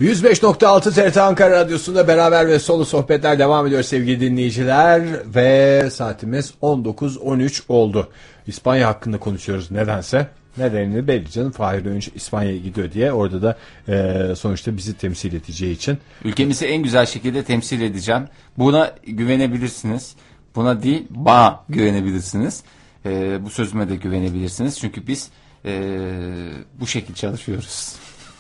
105.6 TRT Ankara Radyosu'nda beraber ve solo sohbetler devam ediyor sevgili dinleyiciler. Ve saatimiz 19.13 oldu. İspanya hakkında konuşuyoruz nedense. Nedenini belli canım. Fahir Öğünç İspanya'ya gidiyor diye. Orada da sonuçta bizi temsil edeceği için. Ülkemizi en güzel şekilde temsil edeceğim. Buna güvenebilirsiniz. Buna değil, bana güvenebilirsiniz. Bu sözüme de güvenebilirsiniz. Çünkü biz bu şekilde çalışıyoruz.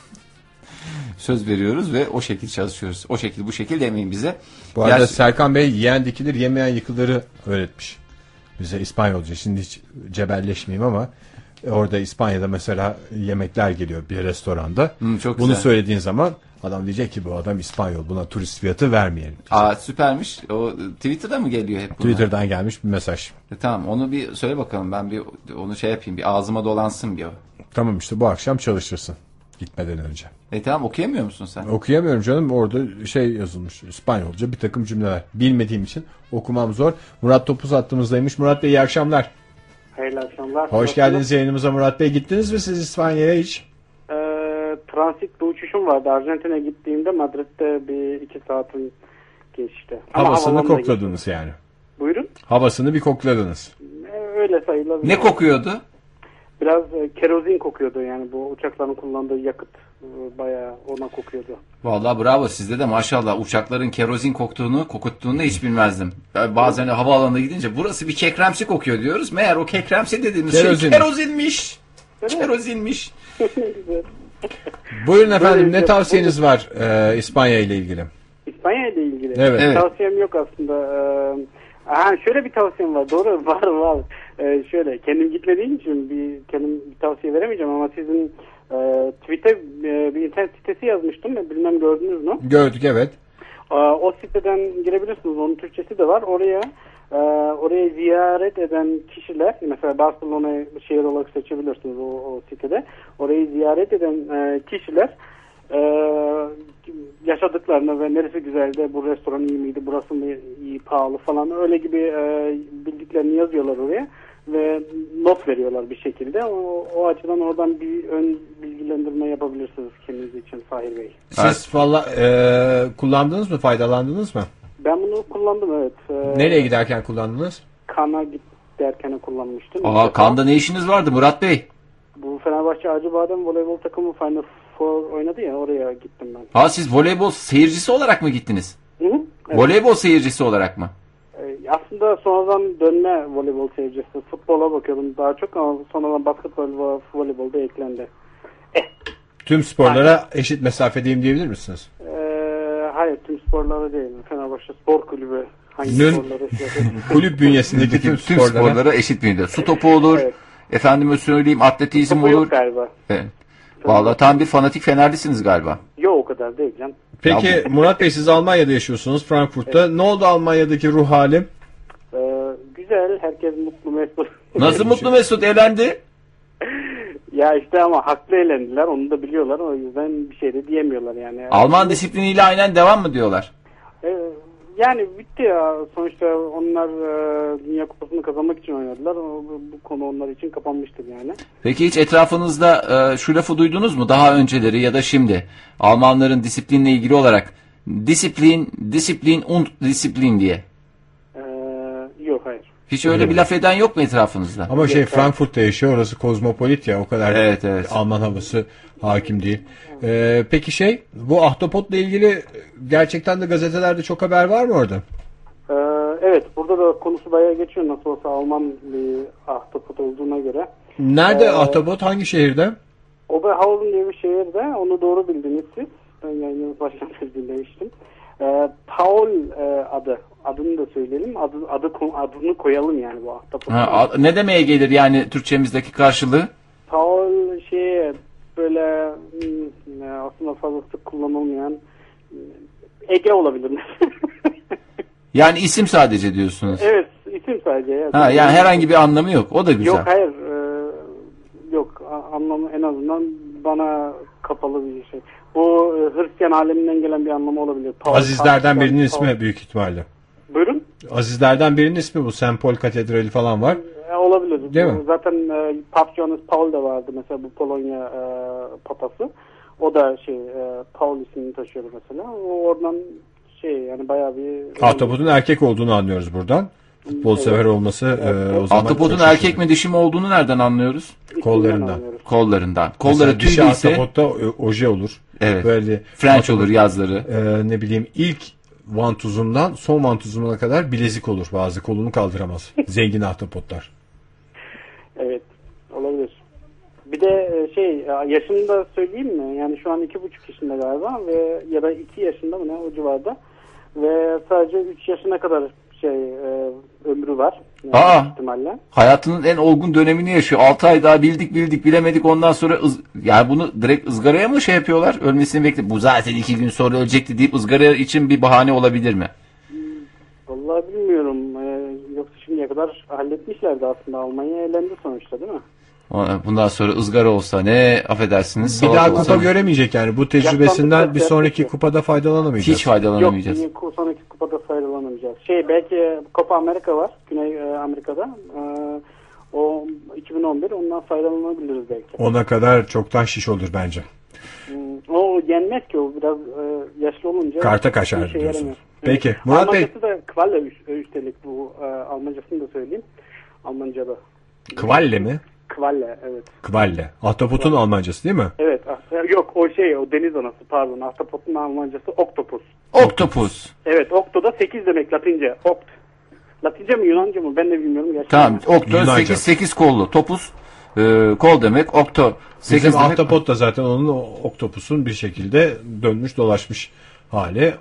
Söz veriyoruz ve o şekilde çalışıyoruz. O şekil bu şekil demeyin bize. Bu arada Serkan Bey yiyen dikilir yemeyen yıkılırı öğretmiş bize İspanyolca. Şimdi hiç cebelleşmeyeyim ama orada İspanya'da mesela yemekler geliyor bir restoranda. Çok Bunu güzel. söylediğin zaman adam diyecek ki bu adam İspanyol, buna turist fiyatı vermeyelim. Aa, süpermiş. O Twitter'da mı geliyor hep bunlar? Twitter'dan gelmiş bir mesaj. Tamam, onu bir söyle bakalım. Ben bir onu şey yapayım. Bir ağzıma dolansın bir o. Tamam işte bu akşam çalışırsın gitmeden önce. Tamam, okuyamıyor musun sen? Okuyamıyorum canım, orada şey yazılmış İspanyolca bir takım cümleler. Bilmediğim için okumam zor. Murat Topuz hattımızdaymış. Murat Bey iyi akşamlar. Hayırlı akşamlar. Hoş geldiniz yayınımıza Murat Bey. Gittiniz mi siz İspanya'ya hiç? Transit bir uçuşum vardı. Arjantin'e gittiğimde Madrid'de bir 2 saatim geçti. Havasını kokladınız yani. Buyurun? Havasını bir kokladınız. Öyle sayılabilir. Ne kokuyordu? Biraz kerozin kokuyordu yani, bu uçakların kullandığı yakıt bayağı ona kokuyordu. Vallahi bravo, sizde de maşallah uçakların kerozin kokuttuğunu hiç bilmezdim. Yani bazen havaalanına gidince burası bir kekremsi kokuyor diyoruz. Meğer o kekremsi dediğimiz şey kerozinmiş. Kerozinmiş. Güzel. Buyurun efendim, ne tavsiyeniz var İspanya ile ilgili? İspanya ile ilgili. Evet. Tavsiyem yok aslında. Şöyle bir tavsiyem var. Doğru, var. Şöyle, kendim gitmediğim için kendim bir tavsiye veremeyeceğim ama sizin tweet'e bir internet sitesi yazmıştım. Bilmem gördünüz mü? Gördük, evet. O siteden girebilirsiniz. Onun Türkçesi de var. Oraya ziyaret eden kişiler, mesela Barcelona'yı şehir olarak seçebilirsiniz o sitede. Orayı ziyaret eden kişiler yaşadıklarını ve neresi güzeldi, bu restoran iyi miydi, burası mı iyi, pahalı falan, öyle gibi bildiklerini yazıyorlar oraya ve not veriyorlar bir şekilde. O açıdan oradan bir ön bilgilendirme yapabilirsiniz kendiniz için Fahir Bey. Siz kullandınız mı, faydalandınız mı? Ben bunu kullandım, evet. Nereye giderken kullandınız? Kan'a giderken kullanmıştım. Kan'da ne işiniz vardı Murat Bey? Bu Fenerbahçe Acıbadem voleybol takımı Final Four oynadı ya, oraya gittim ben. Siz voleybol seyircisi olarak mı gittiniz? Hı? Evet. Voleybol seyircisi olarak mı? Aslında sonradan dönme voleybol seyircisi. Futbola bakıyordum daha çok ama sonradan basketbol ve voleybolda eklendi. Tüm sporlara eşit mesafedeyim diyebilir misiniz? Hayır, tüm sporlara değil. Fenerbahçe Spor Kulübü hangi sporları kulüp bünyesindeki tüm sporlara eşit miydi? Su topu olur. Evet. Efendime söyleyeyim, atletizm Topu olur. yok galiba. Evet. Vallahi tam bir fanatik Fenerlisiniz galiba. Yok, o kadar değil canım. Peki Murat Bey, siz Almanya'da yaşıyorsunuz, Frankfurt'ta. Evet. Ne oldu Almanya'daki ruh halim? Güzel, herkes mutlu mesut. Nasıl mutlu mesut, eğlendi? Ya işte ama haklı eğlendiler, onu da biliyorlar, o yüzden bir şey de diyemiyorlar yani. Alman disipliniyle aynen devam mı diyorlar? Yani bitti ya, sonuçta onlar Dünya Kupası'nı kazanmak için oynadılar, bu konu onlar için kapanmıştır yani. Peki hiç etrafınızda şu lafı duydunuz mu daha önceleri ya da şimdi? Almanların disiplinle ilgili olarak disiplin und disiplin diye. Yok, hayır. Hiç öyle bir laf eden yok mu etrafınızda? Ama Frankfurt'ta yaşıyor, orası kozmopolit ya, o kadar evet. Alman havası hakim değil. Peki bu ahtapotla ilgili gerçekten de gazetelerde çok haber var mı orada? Evet, burada da konusu bayağı geçiyor, nasıl olsa Alman bir ahtapot olduğuna göre. Nerede ahtapot, hangi şehirde? Oberhausen diye bir şehirde, onu doğru bildiniz siz. Ben yayınımız başlangıç dinlemiştim. Paul adını da söyleyelim, adını koyalım yani bu ahtapot. Ne demeye gelir yani Türkçemizdeki karşılığı? Paul böyle aslında fazla sık kullanılmayan Ege olabilir. Yani isim sadece diyorsunuz. Evet, isim sadece. Yani herhangi bir anlamı yok. O da güzel. Yok, hayır. Yok, anlamı en azından bana kapalı bir şey. Bu Hristiyan aleminden gelen bir anlamı olabilir. Azizlerden birinin ismi büyük ihtimalle. Buyurun? Azizlerden birinin ismi bu. St. Paul Katedrali falan var. Olabilir. Değil mi? Zaten Pap Johannes Paul da vardı mesela, bu Polonya papası. O da Paul ismini taşıyor mesela. O oradan yani bayağı bir... Ahtapotun erkek olduğunu anlıyoruz buradan. Futbol sever olması o zaman... Ahtapotun erkek mi dişi mi olduğunu nereden anlıyoruz? Kollarından. Kollarından. Kolları Kolları dişi tüylü ise... ahtapotta oje olur. Evet. Böyle French olur yazları. Ne bileyim ilk vantuzundan son vantuzuna kadar bilezik olur. Bazı kolunu kaldıramaz. Zengin ahtapotlar. Evet. Olabilir. Bir de yaşını da söyleyeyim mi? Yani şu an 2,5 yaşında galiba ya da 2 yaşında mı ne o civarda. Ve sadece 3 yaşına kadar ömrü var. Yani ihtimalle. Hayatının en olgun dönemini yaşıyor. 6 ay daha bildik bilemedik ondan sonra yani bunu direkt ızgaraya mı yapıyorlar? Ölmesini bekle. Bu zaten 2 gün sonra ölecekti deyip ızgara için bir bahane olabilir mi? Vallahi bilmiyorum. Yoksa şimdiye kadar halletmişlerdi aslında. Almanya eğlendi sonuçta değil mi? Bundan sonra ızgara olsa ne affedersiniz. Bir daha kupa göremeyecek yani. Bu tecrübesinden bir sonraki kupada faydalanamayacağız. Hiç faydalanamayacağız. Yok, sonraki kupada faydalanamayacağız. Belki Copa Amerika var. Güney Amerika'da. O 2011 ondan faydalanabiliriz belki. Ona kadar çoktan şiş olur bence. O yenmez ki o biraz yaşlı olunca. Karta kaçar diyorsunuz. Peki Murat Bey. Almancası da Kvalle üstelik bu Almancasını da söyleyeyim. Almanca'da. Kvalle mi? Kvalle evet. Kvalle. Ahtapotun Almancası değil mi? Evet. Yok o deniz anası pardon. Ahtapotun Almancası oktopus. Oktopus. Evet okto da 8 demek Latince. Latince mi Yunanca mı ben de bilmiyorum. Tamam okto 8 kollu. Topus kol demek. Okto 8 Bizim demek. ahtapot da zaten onun oktopusun bir şekilde dönmüş dolaşmış hali.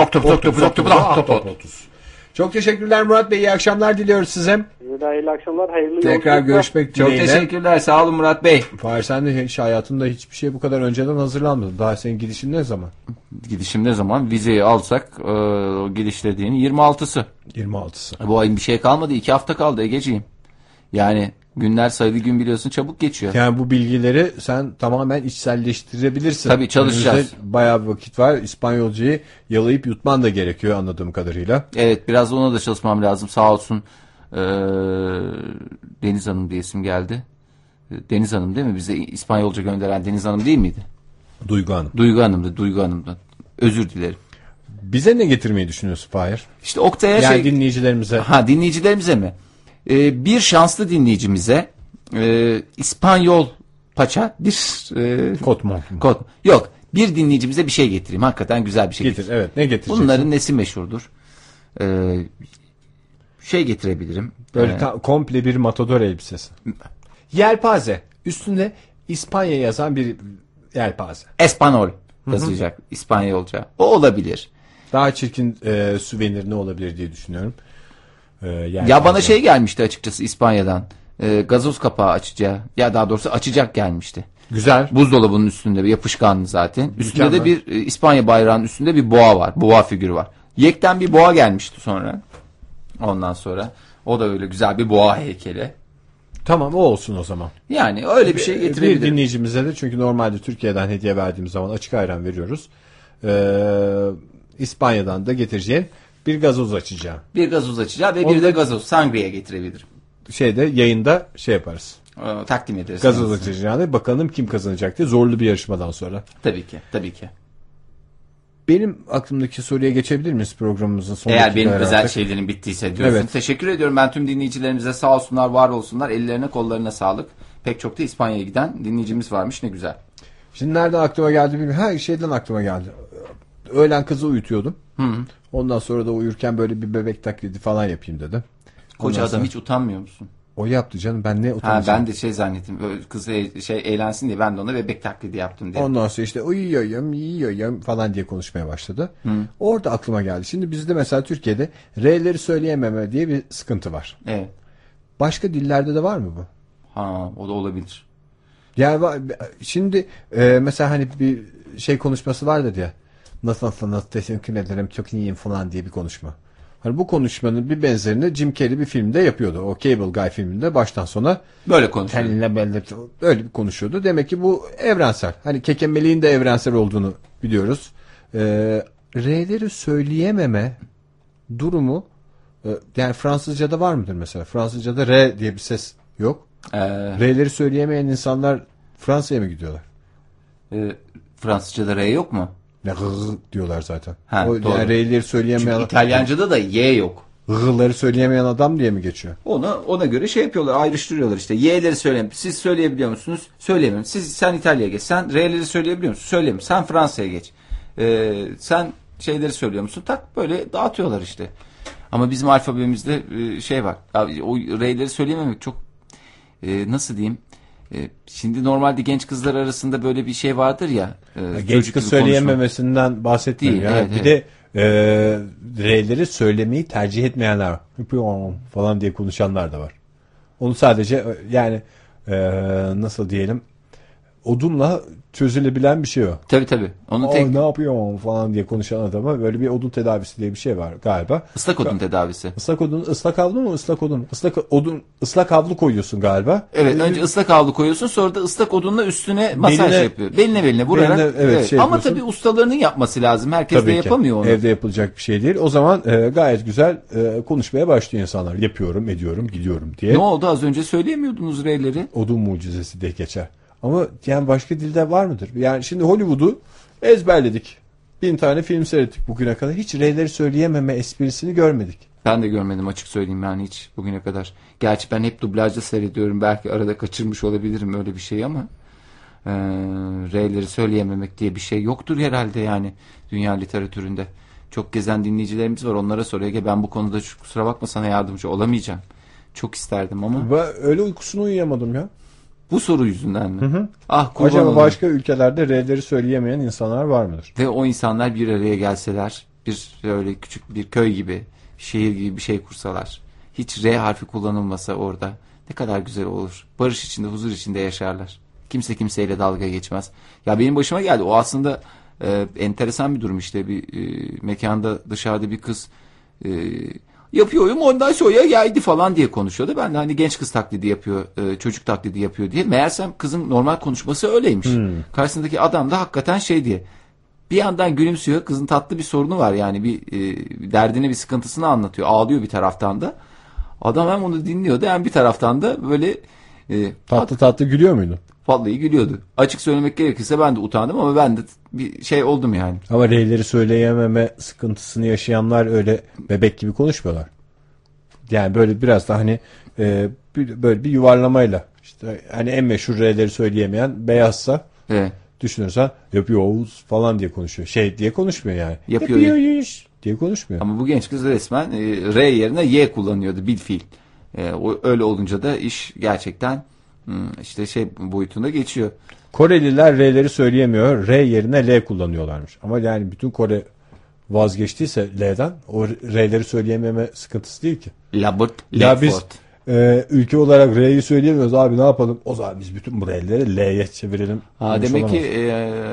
Oktopus. Çok teşekkürler Murat Bey. İyi akşamlar diliyoruz size. Hayırlı akşamlar. Hayırlı tekrar görüşmek dileğiyle. Çok teşekkürler. Sağ olun Murat Bey. Fahir sen de hiç hayatında hiçbir şey bu kadar önceden hazırlanmadın. Daha senin gidişin ne zaman? Gidişim ne zaman? Vizeyi alsak o gidiş dediğin 26'sı. 26'sı. Bu ayın bir şey kalmadı. 2 hafta kaldı Egeciğim. Yani günler sayılı gün biliyorsun çabuk geçiyor. Yani bu bilgileri sen tamamen içselleştirebilirsin. Tabii çalışacağız. Önümüzde bayağı bir vakit var. İspanyolcayı yalayıp yutman da gerekiyor anladığım kadarıyla. Evet biraz ona da çalışmam lazım. Sağ olsun Deniz Hanım diye isim geldi. Deniz Hanım değil mi? Bize İspanyolca gönderen Deniz Hanım değil miydi? Duygu Hanım. Duygu Hanım'dan. Özür dilerim. Bize ne getirmeyi düşünüyorsun Fahir? İşte Oktay'a yani dinleyicilerimize. Dinleyicilerimize mi? Bir şanslı dinleyicimize İspanyol paça bir Kot mu? Yok. Bir dinleyicimize bir şey getireyim. Hakikaten güzel bir şey getir. Evet. Ne getireceksin? Bunların nesi meşhurdur? Getirebilirim. Böyle komple bir matador elbisesi. Yelpaze. Üstünde İspanya yazan bir yelpaze. Espanol yazacak. İspanyolca. O olabilir. Daha çirkin süvenir ne olabilir diye düşünüyorum. Ya bana gelmişti açıkçası İspanya'dan. Gazoz kapağı açacağı. Ya daha doğrusu açacak gelmişti. Güzel. Buzdolabının üstünde bir yapışkanlı zaten. Üstünde de bir İspanya bayrağının üstünde bir boğa var. Boğa figürü var. Yekten bir boğa gelmişti sonra. Ondan sonra o da öyle güzel bir boğa heykeli. Tamam o olsun o zaman. Yani öyle bir şey getirebilirim. Bir dinleyicimize de çünkü normalde Türkiye'den hediye verdiğimiz zaman açık ayran veriyoruz. İspanya'dan da getireceğim bir gazoz açacağım. Bir gazoz açacağım ve bir de gazoz sangria getirebilirim. Yayında yaparız. Takdim ederiz. Gazoz açacağını bakalım kim kazanacak diye zorlu bir yarışmadan sonra. Tabii ki. Benim aklımdaki soruya geçebilir miyiz programımızın sonunda? Eğer benim özel şeylerin bittiyse diyorsun. Evet. Teşekkür ediyorum ben tüm dinleyicilerimize sağ olsunlar var olsunlar. Ellerine kollarına sağlık. Pek çok da İspanya'ya giden dinleyicimiz varmış ne güzel. Şimdi nereden aklıma geldi bilmiyorum. Şeyden aklıma geldi. Öğlen kızı uyutuyordum. Ondan sonra da uyurken böyle bir bebek taklidi falan yapayım dedim. Koca adam hiç utanmıyor musun? O yaptı canım ben ne utanacağım. Ben de zannettim kız eğlensin diye ben de ona bebek taklidi yaptım diye. Ondan sonra işte uyuyorum falan diye konuşmaya başladı. Orada aklıma geldi. Şimdi bizde mesela Türkiye'de R'leri söyleyememe diye bir sıkıntı var. Evet. Başka dillerde de var mı bu? O da olabilir. Yani şimdi mesela hani bir konuşması vardı ya. Nasıl teşekkür ederim çok iyiyim falan diye bir konuşma. Hani bu konuşmanın bir benzerini Jim Carrey bir filmde yapıyordu. O Cable Guy filminde baştan sona böyle konuşuyordu. Öyle bir konuşuyordu. Demek ki bu evrensel. Hani kekemeliğin de evrensel olduğunu biliyoruz. R'leri söyleyememe durumu yani Fransızca'da var mıdır mesela? Fransızca'da R diye bir ses yok. R'leri söyleyemeyen insanlar Fransa'ya mı gidiyorlar? Fransızca'da R yok mu? Ne diyorlar zaten. Ha, o doğru. yani R'leri söyleyemeyen, Çünkü İtalyanca'da da Y yok. R'ları söyleyemeyen adam diye mi geçiyor? Ona göre şey yapıyorlar, ayrıştırıyorlar işte. Y'leri söyleyeyim. Siz söyleyebiliyor musunuz? Söyleyemiyorum. Sen İtalya'ya geç. Sen R'leri söyleyebiliyor musun? Söyleyemiyorum. Sen Fransa'ya geç. Sen şeyleri söylüyor musun? Tak böyle dağıtıyorlar işte. Ama bizim alfabemizde şey var. Abi, o R'leri söyleyememek çok nasıl diyeyim? Şimdi normalde genç kızlar arasında böyle bir şey vardır ya. Genç kız söyleyememesinden bahsetmiyorum. Değil, Yani. evet, Bir de R'leri söylemeyi tercih etmeyenler var. Falan diye konuşanlar da var. Onu sadece yani nasıl diyelim, odunla çözülebilen bir şey o. Tabii. Onun Ne yapıyor falan diye konuşan adama böyle bir odun tedavisi diye bir şey var galiba. ıslak odun tedavisi. Islak havlu mu? Islak havlu koyuyorsun galiba. Evet, önce ıslak havlu koyuyorsun, sonra da ıslak odunla üstüne masaj yapıyor. Beline vurarak. Evet. Şey ama tabii ustalarının yapması lazım. Herkes tabii de yapamıyor onu. Evde yapılacak bir şey değil. O zaman gayet güzel konuşmaya başlıyor insanlar. Yapıyorum, ediyorum, gidiyorum diye. Ne oldu, az önce söyleyemiyordunuz R'leri? Odun mucizesi diye geçer. Ama yani başka dilde var mıdır? Yani şimdi Hollywood'u ezberledik. 1000 tane film seyrettik bugüne kadar. Hiç R'leri söyleyememe esprisini görmedik. Ben de görmedim, açık söyleyeyim yani, hiç bugüne kadar. Gerçi ben hep dublajda seyrediyorum. Belki arada kaçırmış olabilirim öyle bir şey ama R'leri söyleyememek diye bir şey yoktur herhalde yani dünya literatüründe. Çok gezen dinleyicilerimiz var, onlara soruyor. Ben bu konuda kusura bakma, sana yardımcı olamayacağım. Çok isterdim ama. Ben öyle uykusunu uyuyamadım ya. Bu soru yüzünden mi? Hı. Ah, kurban acaba olayım. başka ülkelerde R'leri söyleyemeyen insanlar var mıdır? Ve o insanlar bir araya gelseler, bir öyle küçük bir köy gibi, şehir gibi bir şey kursalar, hiç R harfi kullanılmasa orada, ne kadar güzel olur. Barış içinde, huzur içinde yaşarlar. Kimse kimseyle dalga geçmez. Ya benim başıma geldi. O aslında enteresan bir durum işte. Bir mekanda dışarıda bir kız yapıyorum, ondan sonra geldi falan diye konuşuyordu. Ben de hani genç kız taklidi yapıyor, çocuk taklidi yapıyor diye. Meğersem kızın normal konuşması öyleymiş. Karşısındaki adam da hakikaten şey diye. Bir yandan gülümsüyor. Kızın tatlı bir sorunu var yani, bir derdini, bir sıkıntısını anlatıyor. Ağlıyor bir taraftan da. Adam hem onu dinliyordu hem bir taraftan da böyle tatlı gülüyor muydu? Vallahi gülüyordu. Açık söylemek gerekirse ben de utandım ama ben de bir şey oldum yani. Ama R'leri söyleyememe sıkıntısını yaşayanlar öyle bebek gibi konuşmuyorlar. Yani böyle biraz da hani böyle bir yuvarlamayla, işte hani en meşhur R'leri söyleyemeyen Beyazsa, Evet. düşünürsen yapıyoruz falan diye konuşuyor. Şey diye konuşmuyor yani. Yapıyoruz diye konuşmuyor. Ama bu genç kız resmen R yerine Y kullanıyordu, bilfiil. Öyle olunca da iş gerçekten işte şey boyutunda geçiyor. Koreliler R'leri söyleyemiyor. R yerine L kullanıyorlarmış. Ama yani bütün Kore vazgeçtiyse L'den, o R'leri söyleyememe sıkıntısı değil ki. Labert, Ya biz ülke olarak R'yi söyleyemiyoruz abi, ne yapalım? O zaman biz bütün bu R'leri L'ye çevirelim. Demek ki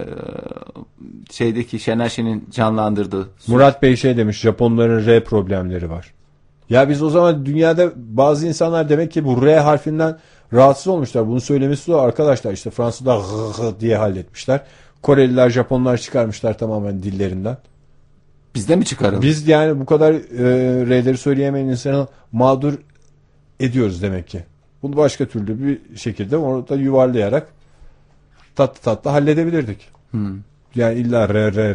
şeydeki Şener Şen'in canlandırdığı Murat Bey şey demiş, Japonların R problemleri var. Ya biz o zaman dünyada bazı insanlar demek ki bu R harfinden rahatsız olmuşlar. Bunu söylemesi de arkadaşlar, işte Fransızlar diye halletmişler. Koreliler, Japonlar çıkarmışlar tamamen dillerinden. Bizde mi çıkaralım? Biz yani bu kadar R'leri söyleyemeyen insanı mağdur ediyoruz demek ki. Bunu başka türlü bir şekilde orada yuvarlayarak tatlı halledebilirdik. Yani illa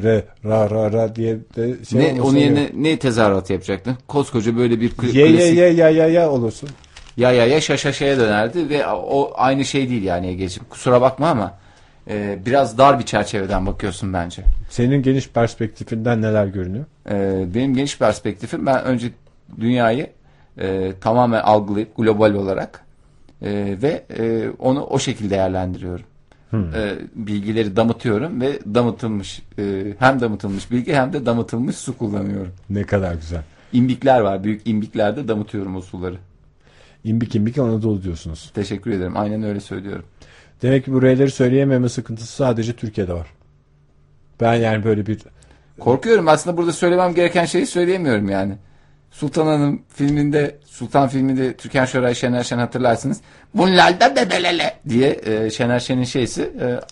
ra diye de şey ne, onun yerine ne tezahürat yapacaktın? Koskoca böyle bir klasik. Ya olursun. Ya şaşaşaya dönerdi ve o aynı şey değil yani Ege'ciğim. Kusura bakma ama biraz dar bir çerçeveden bakıyorsun bence. Senin geniş perspektifinden neler görünüyor? Benim geniş perspektifim, ben önce dünyayı tamamen algılayıp global olarak ve onu o şekilde değerlendiriyorum. Bilgileri damıtıyorum ve damıtılmış hem damıtılmış bilgi hem de damıtılmış su kullanıyorum. Ne kadar güzel. İmbikler var. Büyük imbiklerde damıtıyorum o suları. İmbik Anadolu diyorsunuz. Teşekkür ederim. Aynen öyle söylüyorum. Demek ki bu R'leri söyleyememe sıkıntısı sadece Türkiye'de var. Ben yani böyle bir... Korkuyorum. Aslında burada söylemem gereken şeyi söyleyemiyorum yani. Sultan Hanım filminde, Sultan filminde Türkan Şoray, Şener Şen hatırlarsınız. Bunlar da bebelele diye Şener Şen'in şeysi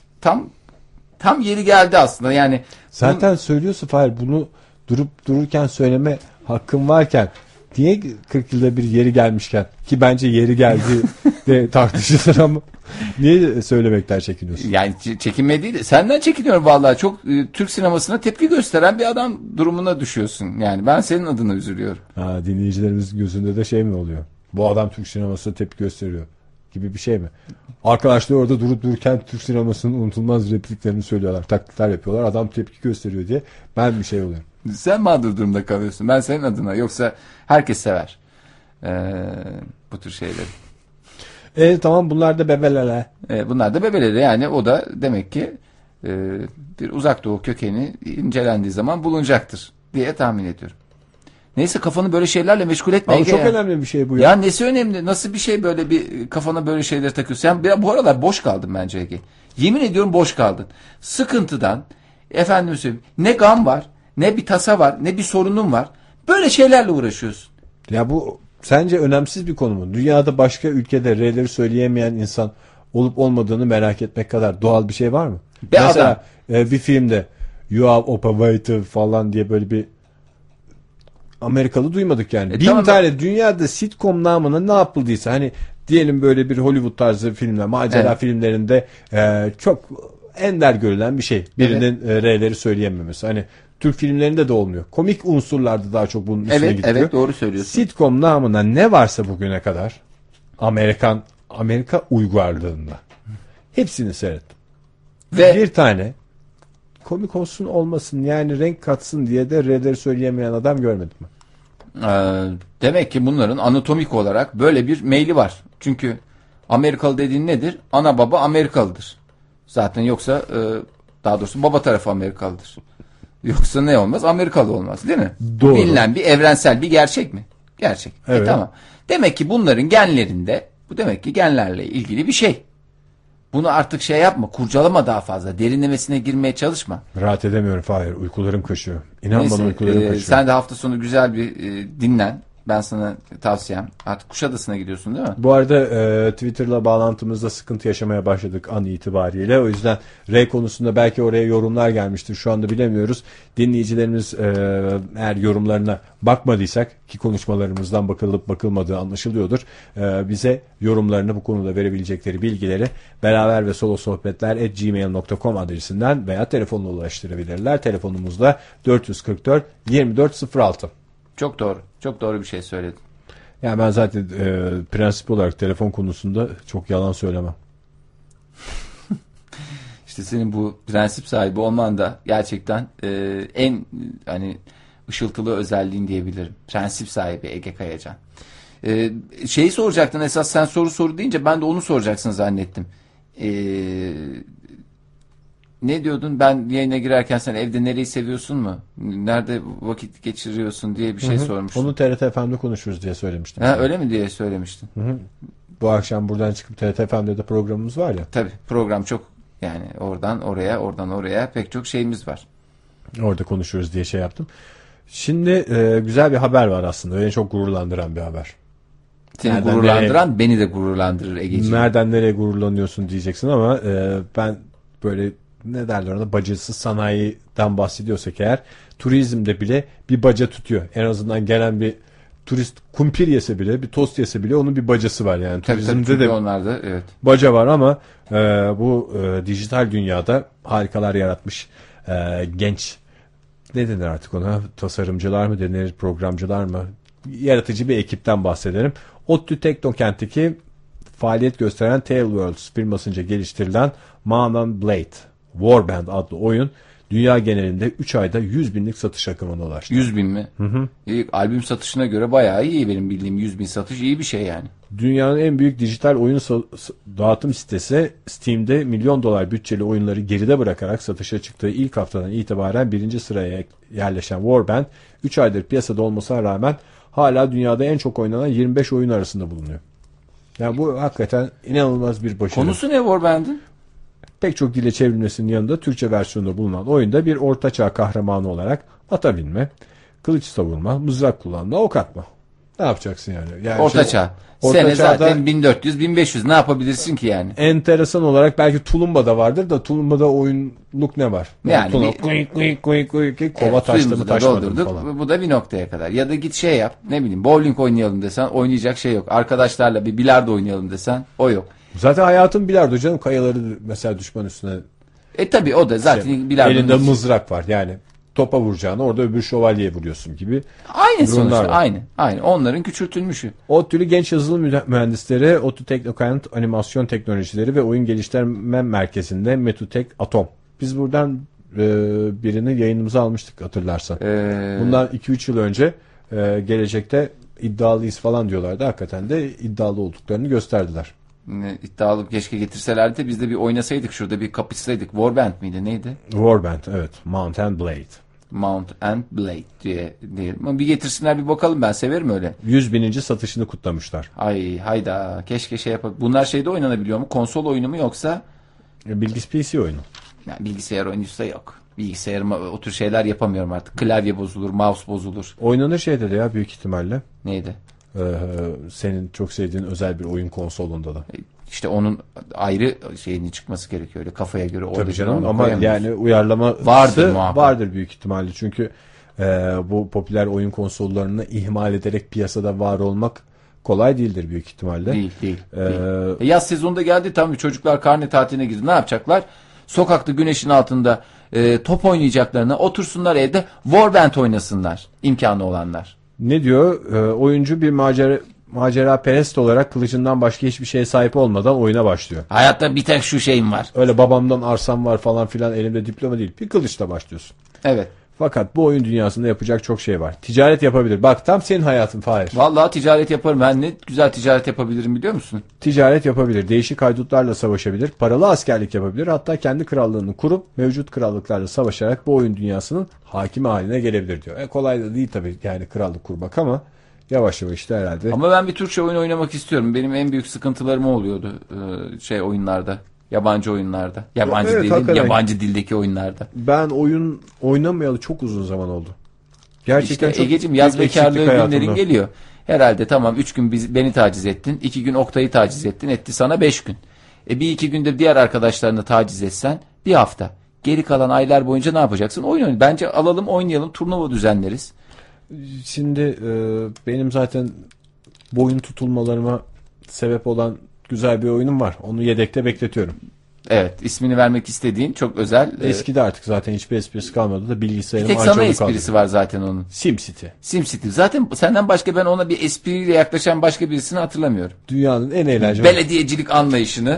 tam yeri geldi aslında. Yani zaten söylüyorsun Fahir, bunu durup dururken söyleme hakkın varken Niye 40 yılda bir yeri gelmişken, ki bence yeri geldi de tartışılır ama niye söylemekten çekiniyorsun? Yani çekinme değil de senden çekiniyorum vallahi. Çok Türk sinemasına tepki gösteren bir adam durumuna düşüyorsun. Yani ben senin adına üzülüyorum. Dinleyicilerimizin gözünde de şey mi oluyor? Bu adam Türk sinemasına tepki gösteriyor gibi bir şey mi? Arkadaşlar orada durup dururken Türk sinemasının unutulmaz repliklerini söylüyorlar. Taklitler yapıyorlar. Adam tepki gösteriyor diye ben bir şey oluyorum. Sen mağdur durumda kalıyorsun. Ben senin adına. Yoksa herkes sever bu tür şeyleri. Tamam, bunlar da bebelele. Bunlar da bebeleri. Yani o da demek ki bir uzak doğu kökeni incelendiği zaman bulunacaktır diye tahmin ediyorum. Neyse, kafanı böyle şeylerle meşgul etme. Ama çok önemli bir şey bu ya. Ya nesi önemli? Nasıl bir şey böyle bir kafana böyle şeyleri takıyorsun? Sen bu aralar boş kaldın bence Ege. Yemin ediyorum boş kaldın. Sıkıntıdan, efendim söyleyeyim, ne gam var, ne bir tasa var, ne bir sorunun var. Böyle şeylerle uğraşıyorsun. Ya bu sence önemsiz bir konu mu? Dünyada başka ülkede R'leri söyleyemeyen insan olup olmadığını merak etmek kadar doğal bir şey var mı? Mesela bir filmde You Have Operated falan diye böyle bir Amerikalı duymadık yani. Bin tane dünyada sitcom namına ne yapıldıysa, hani diyelim böyle bir Hollywood tarzı filmler, macera filmlerinde çok ender görülen bir şey. Birinin R'leri söyleyememesi. Hani Türk filmlerinde de olmuyor. Komik unsurlarda daha çok bunun üstüne gidiyor. Evet, doğru söylüyorsun. Sitcom namına ne varsa bugüne kadar Amerika uygarlığında hepsini seyrettim. Ve bir tane komik olsun olmasın, yani renk katsın diye de R'leri söyleyemeyen adam görmedim mi? Demek ki bunların anatomik olarak böyle bir meyli var. Çünkü Amerikalı dediğin nedir? Ana baba Amerikalıdır. Zaten yoksa daha doğrusu baba tarafı Amerikalıdır. Yoksa ne olmaz? Amerikalı olmaz, değil mi? Doğru. Bilinen bir evrensel bir gerçek mi? Gerçek. Evet. Tamam. Demek ki bunların genlerinde, bu demek ki genlerle ilgili bir şey. Bunu artık şey yapma, kurcalama daha fazla. Derinlemesine girmeye çalışma. Rahat edemiyorum Fahir. Uykularım kaçıyor. İnan bana uykularım kaçıyor. Sen de hafta sonu güzel bir dinlen. Ben sana tavsiyem. Artık Kuşadası'na gidiyorsun değil mi? Bu arada Twitter'la bağlantımızda sıkıntı yaşamaya başladık an itibariyle. O yüzden R konusunda belki oraya yorumlar gelmiştir. Şu anda bilemiyoruz. Dinleyicilerimiz eğer yorumlarına bakmadıysak, ki konuşmalarımızdan bakılıp bakılmadığı anlaşılıyordur, bize yorumlarını bu konuda verebilecekleri bilgileri beraber ve solo sohbetler @gmail.com adresinden veya telefonla ulaştırabilirler. Telefonumuzda 444 2406. Çok doğru. Çok doğru bir şey söyledin. Yani ben zaten prensip olarak telefon konusunda çok yalan söylemem. İşte senin bu prensip sahibi olman da gerçekten en hani ışıltılı özelliğin diyebilirim. Prensip sahibi Ege Kayacan. Şeyi soracaktın esas, sen soru deyince ben de onu soracaksın zannettim. Ne diyordun? Ben yayına girerken sen evde nereyi seviyorsun mu? Nerede vakit geçiriyorsun diye bir şey sormuştum. Onu TRT FM'de konuşuruz diye söylemiştim. Öyle mi diye söylemiştin? Hı. Bu akşam buradan çıkıp TRT FM'de de programımız var ya. Tabii program çok, yani oradan oraya pek çok şeyimiz var. Orada konuşuruz diye şey yaptım. Şimdi güzel bir haber var aslında. Beni çok gururlandıran bir haber. Seni gururlandıran beni de gururlandırır Egeciğim. Nereden nereye gururlanıyorsun diyeceksin ama ben böyle ne derler ona, bacasız sanayiden bahsediyorsak eğer, turizmde bile bir baca tutuyor. En azından gelen bir turist kumpir yese bile, bir tost yese bile onun bir bacası var yani. Turizmde de onlarda evet. Baca var ama bu dijital dünyada harikalar yaratmış genç, ne denir artık ona, tasarımcılar mı denir, programcılar mı, yaratıcı bir ekipten bahsedelim. ODTÜ Teknokent'teki faaliyet gösteren Tailworlds firmasınca geliştirilen Mount and Blade Warband adlı oyun dünya genelinde 3 ayda 100 binlik satış rakamına ulaştı. 100 bin mi? Hı. Albüm satışına göre bayağı iyi, benim bildiğim 100 bin satış iyi bir şey yani. Dünyanın en büyük dijital oyun dağıtım sitesi Steam'de $1 milyon bütçeli oyunları geride bırakarak satışa çıktığı ilk haftadan itibaren 1. sıraya yerleşen Warband 3 aydır piyasada olmasına rağmen hala dünyada en çok oynanan 25 oyun arasında bulunuyor. Yani bu hakikaten inanılmaz bir başarı. Konusu ne Warband'ın? Pek çok dile çevrilmesinin yanında Türkçe versiyonunda bulunan oyunda bir ortaçağ kahramanı olarak ata binme, kılıç savurma, mızrak kullanma, ok atma. Ne yapacaksın yani? Yani Orta çağ. Sene zaten 1400-1500, ne yapabilirsin ki yani? Enteresan olarak belki Tulumba'da vardır da Tulumba'da oyunluk ne var? Yani kova taşlarını taşmadım doldurduk. falan. Bu da bir noktaya kadar. Ya da git şey yap, ne bileyim, bowling oynayalım desen oynayacak şey yok. Arkadaşlarla bir bilardo oynayalım desen o yok. Zaten hayatın bilardo canım, kayaları mesela düşman üstüne. Tabii o da zaten bilardonun Elinde mızrak var yani. Topa vuracağını orada öbür şövalyeye vuruyorsun gibi. aynı sonuçta, var. aynı. Onların küçültülmüşü. ODTÜ'lü genç yazılım mühendisleri ODTÜ Teknokent Animasyon Teknolojileri ve Oyun Geliştirme Merkezi'nde Metutek Atom. Biz buradan birini yayınımıza almıştık hatırlarsan. Bundan 2-3 yıl önce gelecekte iddialıyız falan diyorlardı. Hakikaten de iddialı olduklarını gösterdiler. İddialı, keşke getirselerdi de biz de bir oynasaydık, şurada bir kapışsaydık. Warband miydi, neydi? Warband, evet. Mount and Blade. Mount and Blade diye diyelim. Ama bir getirsinler, bir bakalım, ben severim öyle. 100.000. satışını kutlamışlar. Ay hayda, keşke şey yapalım. Bunlar şeyde oynanabiliyor mu? Konsol oyunu mu yoksa? Bilgis PC oyunu. Yani bilgisayar oyuncuysa yok. Bilgisayarıma o tür şeyler yapamıyorum artık. Klavye bozulur, mouse bozulur. Oynanır şeyde de ya, büyük ihtimalle. Neydi? Senin çok sevdiğin özel bir oyun konsolunda da. İşte onun ayrı şeyinin çıkması gerekiyor. Öyle kafaya göre. Tabii canım, ama yani uyarlaması vardır büyük ihtimalle. Çünkü bu popüler oyun konsollarını ihmal ederek piyasada var olmak kolay değildir büyük ihtimalle. Değil. Yaz sezonunda geldi, tam çocuklar karne tatiline girdi. Ne yapacaklar? Sokakta güneşin altında top oynayacaklarına otursunlar evde, Warband oynasınlar, imkanı olanlar. Ne diyor? Oyuncu bir macera perest olarak kılıcından başka hiçbir şeye sahip olmadan oyuna başlıyor. Hayatta bir tek şu şeyim var. Öyle babamdan arsam var falan filan, elimde diploma değil. Bir kılıçla başlıyorsun. Evet. Fakat bu oyun dünyasında yapacak çok şey var. Ticaret yapabilir. Bak, tam senin hayatın Fahir. Vallahi ticaret yaparım. Ben ne güzel ticaret yapabilirim, biliyor musun? Ticaret yapabilir. Değişik haydutlarla savaşabilir. Paralı askerlik yapabilir. Hatta kendi krallığını kurup mevcut krallıklarla savaşarak bu oyun dünyasının hakimi haline gelebilir diyor. Kolay da değil tabii yani krallık kurmak, ama yavaş yavaş işte herhalde. Ama ben bir Türkçe oyun oynamak istiyorum. Benim en büyük sıkıntılarım oluyordu oyunlarda. Yabancı oyunlarda. Yabancı değil, yabancı dildeki oyunlarda. Ben oyun oynamayalı çok uzun zaman oldu. Gerçekten İşte çok Egeciğim, yaz bekarlığı günlerin geliyor. Herhalde tamam, 3 gün beni taciz ettin. 2 gün Oktay'ı taciz ettin. Etti sana 5 gün. Bir iki günde diğer arkadaşlarını taciz etsen bir hafta. Geri kalan aylar boyunca ne yapacaksın? Oyun oynayın. Bence alalım, oynayalım, turnuva düzenleriz. Şimdi benim zaten boyun tutulmalarıma sebep olan güzel bir oyunum var. Onu yedekte bekletiyorum. Evet, ismini vermek istediğin çok özel. Eskidi artık, zaten hiçbir esprisi kalmadı da bilgisayarım bir tek sana esprisi kaldı. Var zaten onun. SimCity. Zaten senden başka ben ona bir espriyle yaklaşan başka birisini hatırlamıyorum. Dünyanın en eğlenceli belediyecilik anlayışını.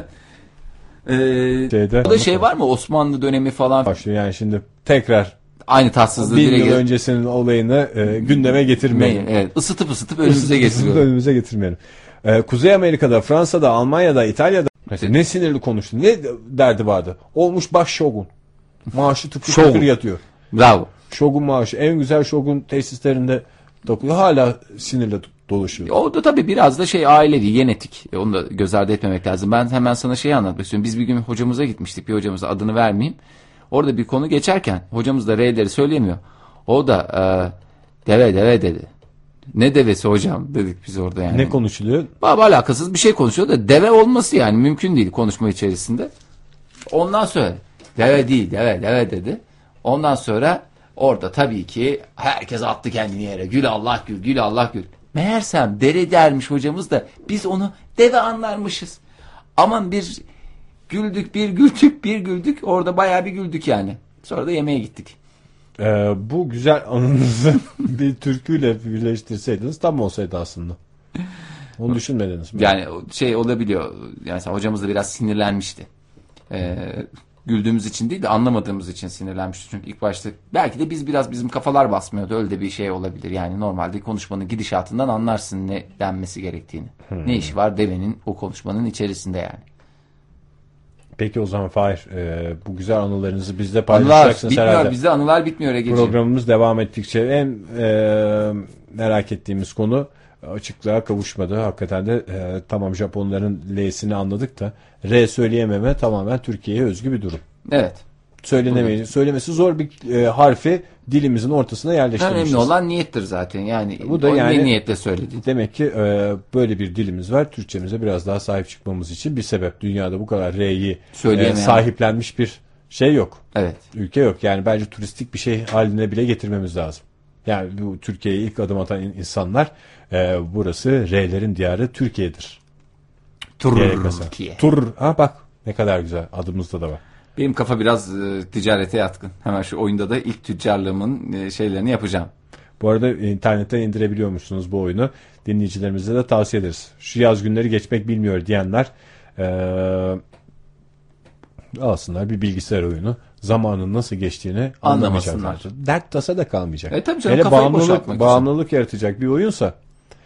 O da şey var mı, Osmanlı dönemi falan. Başlıyor yani, şimdi tekrar aynı tatsızlığı 1000 yıl öncesinin olayını gündeme getirmeyelim. Evet, ısıtıp önümüze getiriyoruz. Önümüze getirmeyelim. Kuzey Amerika'da, Fransa'da, Almanya'da, İtalya'da mesela ne sinirli konuştu. Ne derdi vardı? Olmuş baş şogun. Maaşı tıkır yatıyor. Bravo. Şogun maaşı. En güzel şogun tesislerinde takılıyor. Hala sinirle dolaşıyor. O da tabii biraz da ailevi, genetik. Onu da göz ardı etmemek lazım. Ben hemen sana anlatmak istiyorum. Biz bir gün hocamıza gitmiştik. Bir hocamıza, adını vermeyeyim. Orada bir konu geçerken hocamız da R'leri söyleyemiyor. O da deve dedi. Ne devesi hocam dedik biz orada yani. Ne konuşuluyor? Alakasız bir şey konuşuyor da deve olması yani mümkün değil konuşma içerisinde. Ondan sonra deve değil, deve dedi. Ondan sonra orada tabii ki herkes attı kendini yere. Gül Allah gül, gül Allah gül. Meğersem dere dermiş hocamız da biz onu deve anlarmışız. Aman bir güldük. Orada bayağı bir güldük yani. Sonra da yemeğe gittik. Bu güzel anınızı bir türküyle birleştirseydiniz tam olsaydı aslında. Onu düşünmediniz mi? Yani olabiliyor. Yani hocamız da biraz sinirlenmişti. Güldüğümüz için değil de anlamadığımız için sinirlenmişti. Çünkü ilk başta belki de bizim kafalar basmıyordu. Öyle de bir şey olabilir. Yani normalde konuşmanın gidişatından anlarsın ne denmesi gerektiğini. Ne işi var devenin o konuşmanın içerisinde yani. Peki o zaman Fahir, bu güzel anılarınızı bizle paylaşacaksınız herhalde. Bizde anılar bitmiyor Ege'ciğim. Programımız devam ettikçe en merak ettiğimiz konu açıklığa kavuşmadı. Hakikaten de tamam, Japonların L'sini anladık da R söyleyememe tamamen Türkiye'ye özgü bir durum. Evet. söylemesi zor bir harfi dilimizin ortasına yerleştirmişiz. Önemli olan niyettir zaten. Yani bu da yani ne niyetle söyledi. Demek ki böyle bir dilimiz var. Türkçemize biraz daha sahip çıkmamız için bir sebep. Dünyada bu kadar R'yi sahiplenmiş bir şey yok. Evet. Ülke yok. Yani bence turistik bir şey haline bile getirmemiz lazım. Yani bu Türkiye'ye ilk adım atan insanlar burası R'lerin diyarı Türkiye'dir. Türkiye. Bak ne kadar güzel, adımızda da var. Benim kafa biraz ticarete yatkın. Hemen şu oyunda da ilk tüccarlığımın şeylerini yapacağım. Bu arada internetten indirebiliyormuşsunuz bu oyunu. Dinleyicilerimize de tavsiye ederiz. Şu yaz günleri geçmek bilmiyor diyenler alsınlar bir bilgisayar oyunu. Zamanın nasıl geçtiğini anlamayacaklar. Dert tasa da kalmayacak. Tabii canım, hele bağımlılık için yaratacak bir oyunsa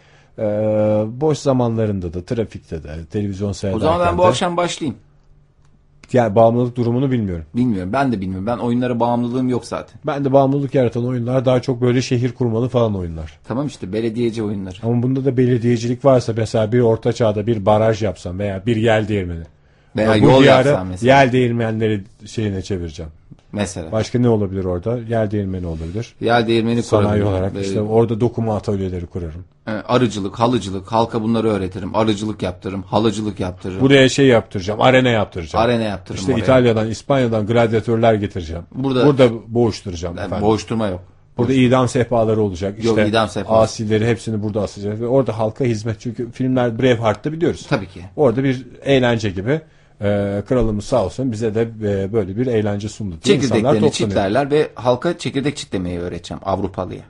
boş zamanlarında da, trafikte de, televizyon seyrederken de. O zaman ben bu akşam başlayayım. Yani bağımlılık durumunu bilmiyorum. Bilmiyorum. Ben de bilmiyorum. Ben oyunlara bağımlılığım yok zaten. Ben de bağımlılık yaratan oyunlar daha çok böyle şehir kurmalı falan oyunlar. Tamam işte, belediyeci oyunları. Ama bunda da belediyecilik varsa, mesela bir orta çağda bir baraj yapsam veya bir yel değirmeni. Veya yol yapsam mesela. Yel değirmenleri şeyine çevireceğim. Mesela. Başka ne olabilir orada? Yel değirmeni olabilir. Yel değirmeni kurarım. Sanayi olarak işte orada dokuma atölyeleri kurarım. Arıcılık, halıcılık, halka bunları öğretirim. Arıcılık yaptırırım, halıcılık yaptırırım. Buraya şey yaptıracağım, arena yaptıracağım. Arena yaptırırım. İşte oraya. İtalya'dan, İspanya'dan gladyatörler getireceğim. Burada boğuşturacağım efendim. Boğuşturma yok. Burada idam sehpaları olacak. Yok, işte idam sehpaları. Asileri hepsini burada asacağız. Ve orada halka hizmet. Çünkü filmler Braveheart'ta biliyoruz. Tabii ki. Orada bir eğlence gibi. Kralımız sağ olsun bize de böyle bir eğlence sundu. Çekirdeklerini çitlerler ve halka çekirdek çitlemeyi öğreteceğim Avrupalıya.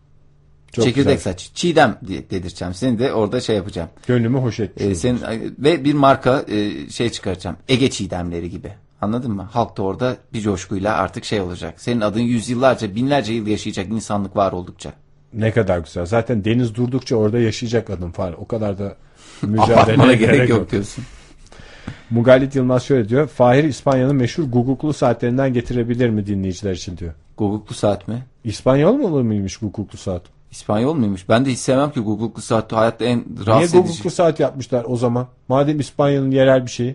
Çok çekirdek güzel. saç. Çiğdem dedirteceğim. Seni de orada şey yapacağım. Gönlümü hoş etmiş. Ve bir marka şey çıkaracağım. Ege çiğdemleri gibi. Anladın mı? Halk da orada bir coşkuyla artık şey olacak. Senin adın yüzyıllarca, binlerce yıl yaşayacak insanlık var oldukça. Ne kadar güzel. Zaten deniz durdukça orada yaşayacak adım falan. O kadar da mücadeleye gerek yok diyorsun. Mugallit Yılmaz şöyle diyor. Fahir İspanya'nın meşhur guguklu saatlerinden getirebilir mi dinleyiciler için diyor. Guguklu saat mi? İspanyol mu olur muymuş guguklu saat? İspanyol muymuş? Ben de hiç sevmem ki guguklu saat. Hayatta en rahatsız edici. Niye guguklu saat yapmışlar o zaman? Madem İspanya'nın yerel bir şeyi.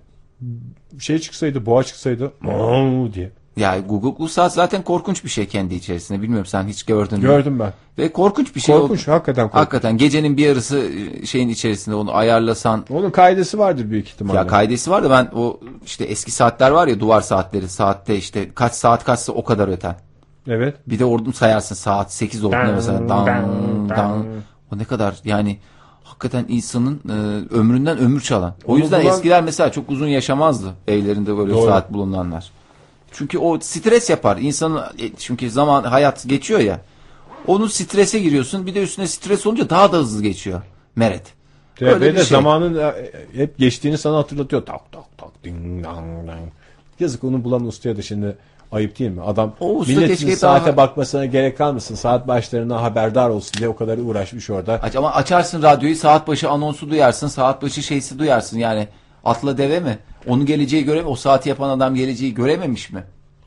Bir şey çıksaydı, boğa çıksaydı diye. Ya guguklu saat zaten korkunç bir şey kendi içerisinde. Bilmiyorum, sen hiç gördün mü? Gördüm ben. Ve korkunç bir şey. Korkunç, hakikaten korkunç. Hakikaten gecenin bir yarısı şeyin içerisinde onu ayarlasan. Onun kaidesi vardır büyük ihtimalle. Ya kaidesi var da ben o işte eski saatler var ya, duvar saatleri, saatte işte kaç saat kaçsa o kadar öten. Evet. Bir de oradan sayarsın saat 8 oldu ne mesela. Dan. O ne kadar yani hakikaten insanın ömründen ömür çalan. O yüzden eskiler mesela çok uzun yaşamazdı evlerinde böyle saat bulunanlar. Çünkü o stres yapar. İnsanın çünkü zaman hayat geçiyor ya. Onun strese giriyorsun. Bir de üstüne stres olunca daha da hızlı geçiyor. Meret. Böyle bir şey. Zamanın hep geçtiğini sana hatırlatıyor. Tak tak tak ding dang dang. Yazık, onu bulan ustaya da şimdi ayıp değil mi? Adam milletin saate bakmasına gerek kalmasın. Saat başlarına haberdar olsun diye o kadar uğraşmış orada. Ama açarsın radyoyu, saat başı anonsu duyarsın. Saat başı şeysi duyarsın. Yani atla deve mi? Onun geleceği o saati yapan adam geleceği görememiş mi?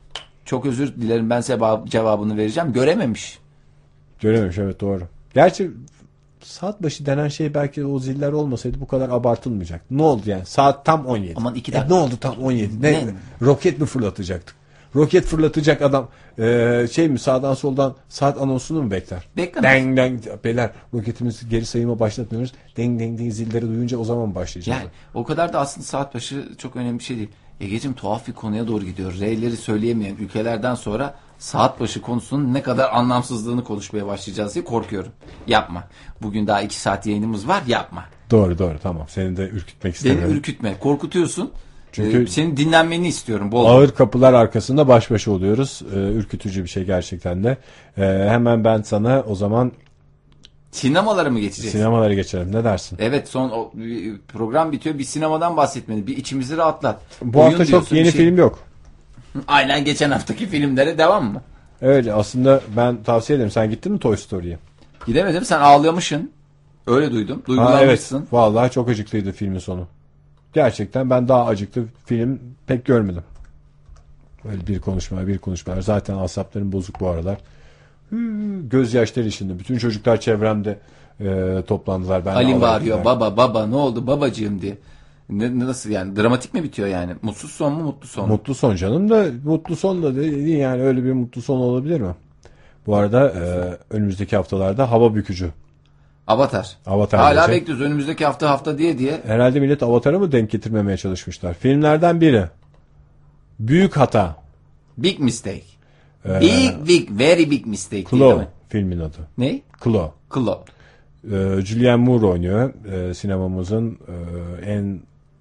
Çok özür dilerim, ben size cevabını vereceğim. Görememiş. Görememiş, evet, doğru. Gerçi saat başı denen şey belki o ziller olmasaydı bu kadar abartılmayacak. Ne oldu yani? Saat tam 17. Aman 2 dakika. Ne oldu tam 17? Ne? Roket mi fırlatacaktık? Roket fırlatacak adam şey mi, sağdan soldan saat anonsunu mu bekler? Beklemez. Deng deng, beyler roketimizi geri sayıma başlatmıyoruz. Deng deng deng zilleri duyunca o zaman başlayacağız. Yani o kadar da aslında saat başı çok önemli bir şey değil. Egeciğim, tuhaf bir konuya doğru gidiyor. R'leri söyleyemeyen ülkelerden sonra saat başı konusunun ne kadar anlamsızlığını konuşmaya başlayacağız diye korkuyorum. Yapma. Bugün daha 2 saat yayınımız var, yapma. Doğru tamam. Seni de ürkütmek istemiyorum. Beni ürkütme. Korkutuyorsun. Çünkü senin dinlenmeni istiyorum. Bol ağır kapılar arkasında baş başa oluyoruz. Ürkütücü bir şey gerçekten de. Hemen ben sana o zaman sinemalara mı geçeceğiz? Sinemalara geçelim. Ne dersin? Evet, son program bitiyor. Bir sinemadan bahsetmeni. Bir içimizi rahatlat. Bu hafta çok yeni film yok. Aynen geçen haftaki filmlere devam mı? Öyle aslında, ben tavsiye ederim. Sen gittin mi Toy Story'ye? Gidemedim. Sen ağlamışsın. Öyle duydum. Duygulanmışsın. Evet. Vallahi çok acıklıydı filmin sonu. Gerçekten ben daha acıklı film pek görmedim. Böyle bir konuşma. Zaten asaplarım bozuk bu aralar. Gözyaşları içinde. Bütün çocuklar çevremde toplandılar. Ben Halim bağırıyor. Baba ne oldu babacığım diye. Nasıl yani? Dramatik mi bitiyor yani? Mutsuz son mu, mutlu son mu? Mutlu son canım da, mutlu son da değil yani, öyle bir mutlu son olabilir mi? Bu arada önümüzdeki haftalarda hava bükücü. Avatar. Avatar Hala gelecek. bekliyoruz önümüzdeki hafta diye. Herhalde millet Avatar'ı mı denk getirmemeye çalışmışlar. Filmlerden biri. Büyük hata. Big mistake. Very big mistake. Değil Claw mi? filmin adı. Ne? Claw. Claw. Julianne Moore oynuyor. Sinemamızın en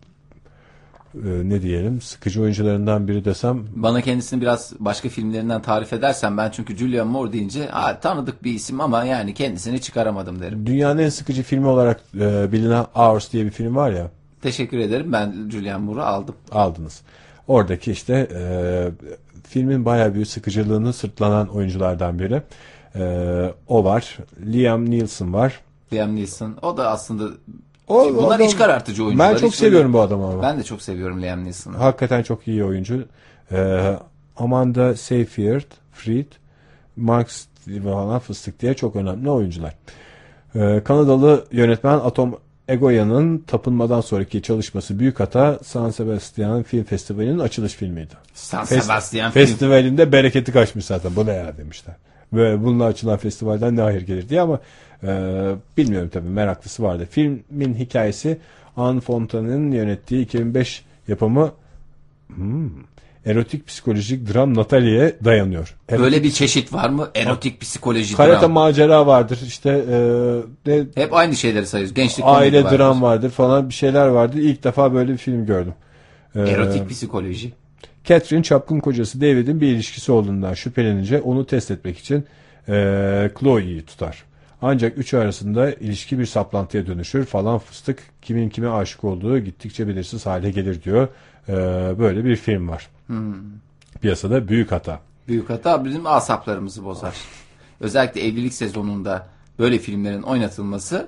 ne diyelim, sıkıcı oyuncularından biri desem. Bana kendisini biraz başka filmlerinden tarif edersen, ben çünkü Julianne Moore deyince tanıdık bir isim ama yani kendisini çıkaramadım derim. Dünyanın en sıkıcı filmi olarak bilinen Hours diye bir film var ya. Teşekkür ederim, ben Julianne Moore'u aldım. Aldınız. Oradaki işte filmin bayağı bir sıkıcılığını sırtlanan oyunculardan biri. O var. Liam Neeson var. Liam Neeson. O da aslında adam, bunlar iç karartıcı oyuncular. Ben çok seviyorum bu adamı ama. Ben de çok seviyorum Liam Neeson'ı. Hakikaten çok iyi oyuncu. Amanda Seyfried, Max falan fıstık diye çok önemli oyuncular. Kanadalı yönetmen Atom Egoyan'ın tapınmadan sonraki çalışması Büyük Hata, San Sebastian Film Festivali'nin açılış filmiydi. San Sebastian Film Festivalinde bereketi kaçmış zaten. Bu ne ya demişler. Ve bununla açılan festivalden ne hayır gelir diye, ama bilmiyorum tabii, meraklısı vardı. Filmin hikayesi Anne Fontaine'in yönettiği 2005 yapımı erotik psikolojik dram Natalie'ye dayanıyor. Böyle bir çeşit var mı? Erotik psikoloji Karate dram. macera vardır işte, Hep aynı şeyleri sayıyoruz. Gençlik aile komedi dram vardır falan, bir şeyler vardır. İlk defa böyle bir film gördüm. Erotik psikoloji. Catherine çapkın kocası David'in bir ilişkisi olduğundan şüphelenince onu test etmek için Chloe'yi tutar. Ancak üçü arasında ilişki bir saplantıya dönüşür falan fıstık. Kimin kime aşık olduğu gittikçe belirsiz hale gelir diyor. Böyle bir film var. Piyasada Büyük Hata. Büyük Hata bizim asaplarımızı bozar. Özellikle evlilik sezonunda böyle filmlerin oynatılması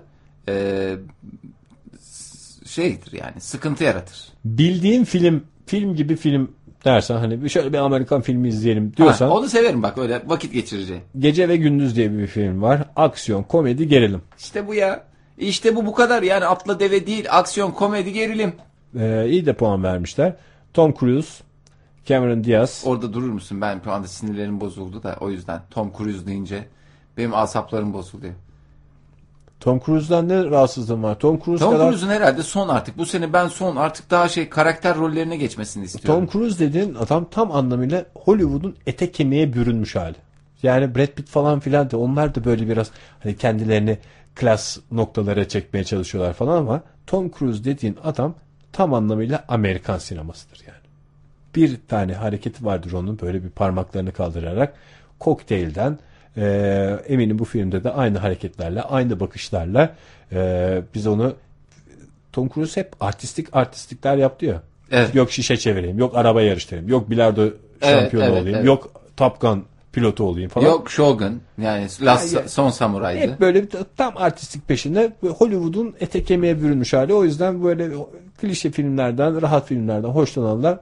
şeydir yani, sıkıntı yaratır. Bildiğin film gibi film dersen, hani şöyle bir Amerikan filmi izleyelim diyorsan. Onu severim bak, öyle vakit geçirici. Gece ve Gündüz diye bir film var. Aksiyon, komedi, gerilim. İşte bu ya. İşte bu kadar yani, atla deve değil, aksiyon, komedi, gerilim. İyi de puan vermişler. Tom Cruise, Cameron Diaz. Orada durur musun? Ben şu anda sinirlerim bozuldu da, o yüzden Tom Cruise deyince benim asaplarım bozuluyor. Tom Cruise'dan ne rahatsızlığım var? Tom Cruise'un herhalde son artık. Bu sene ben son artık daha karakter rollerine geçmesini istiyorum. Tom Cruise dediğin adam tam anlamıyla Hollywood'un ete kemiğe bürünmüş hali. Yani Brad Pitt falan filan da, onlar da böyle biraz hani kendilerini klas noktalara çekmeye çalışıyorlar falan, ama Tom Cruise dediğin adam tam anlamıyla Amerikan sinemasıdır yani. Bir tane hareketi vardır onun, böyle bir parmaklarını kaldırarak kokteylden, eminim bu filmde de aynı hareketlerle, aynı bakışlarla biz onu, Tom Cruise hep artistikler yaptı ya. Evet. Yok şişe çevireyim, yok araba yarıştırayım, yok bilardo şampiyonu olayım, yok Top Gun pilotu olayım falan. Yok Shogun, yani Son Samuray'dı. Hep böyle tam artistik peşinde, Hollywood'un ete kemiğe bürünmüş hali. O yüzden böyle klişe filmlerden, rahat filmlerden hoşlananlar,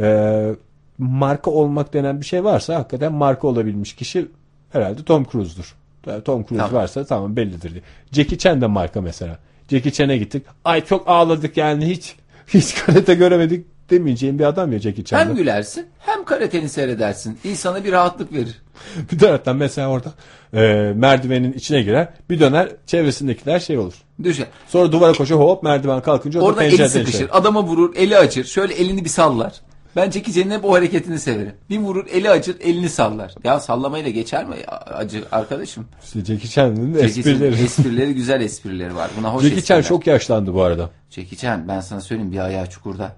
marka olmak denen bir şey varsa, hakikaten marka olabilmiş kişi herhalde Tom Cruise'dur. Tom Cruise tamam. varsa tamam, bellidir diye. Jackie Chan de marka mesela. Jackie Chan'e gittik. Ay çok ağladık yani, hiç karate göremedik demeyeceğim bir adam ya Jackie Chan'da. Hem gülersin hem karateni seyredersin. İnsana bir rahatlık verir. Bir taraftan mesela orada merdivenin içine girer, bir döner, çevresindekiler şey olur. Düşün. Sonra duvara koşar, hop merdiven kalkınca Orada eli pencereden sıkışır. şey. Adama vurur, eli açır. Şöyle elini bir sallar. Ben Jackie Chan'ın hep o hareketini severim. Bir vurur, eli açır, elini sallar. Ya sallamayla geçer mi acı arkadaşım? İşte Jackie Chan'ın esprileri. Güzel esprileri var. Buna hoş Jackie Chan espriler. çok yaşlandı bu arada. Jackie Chan, ben sana söyleyeyim, bir ayağı çukurda.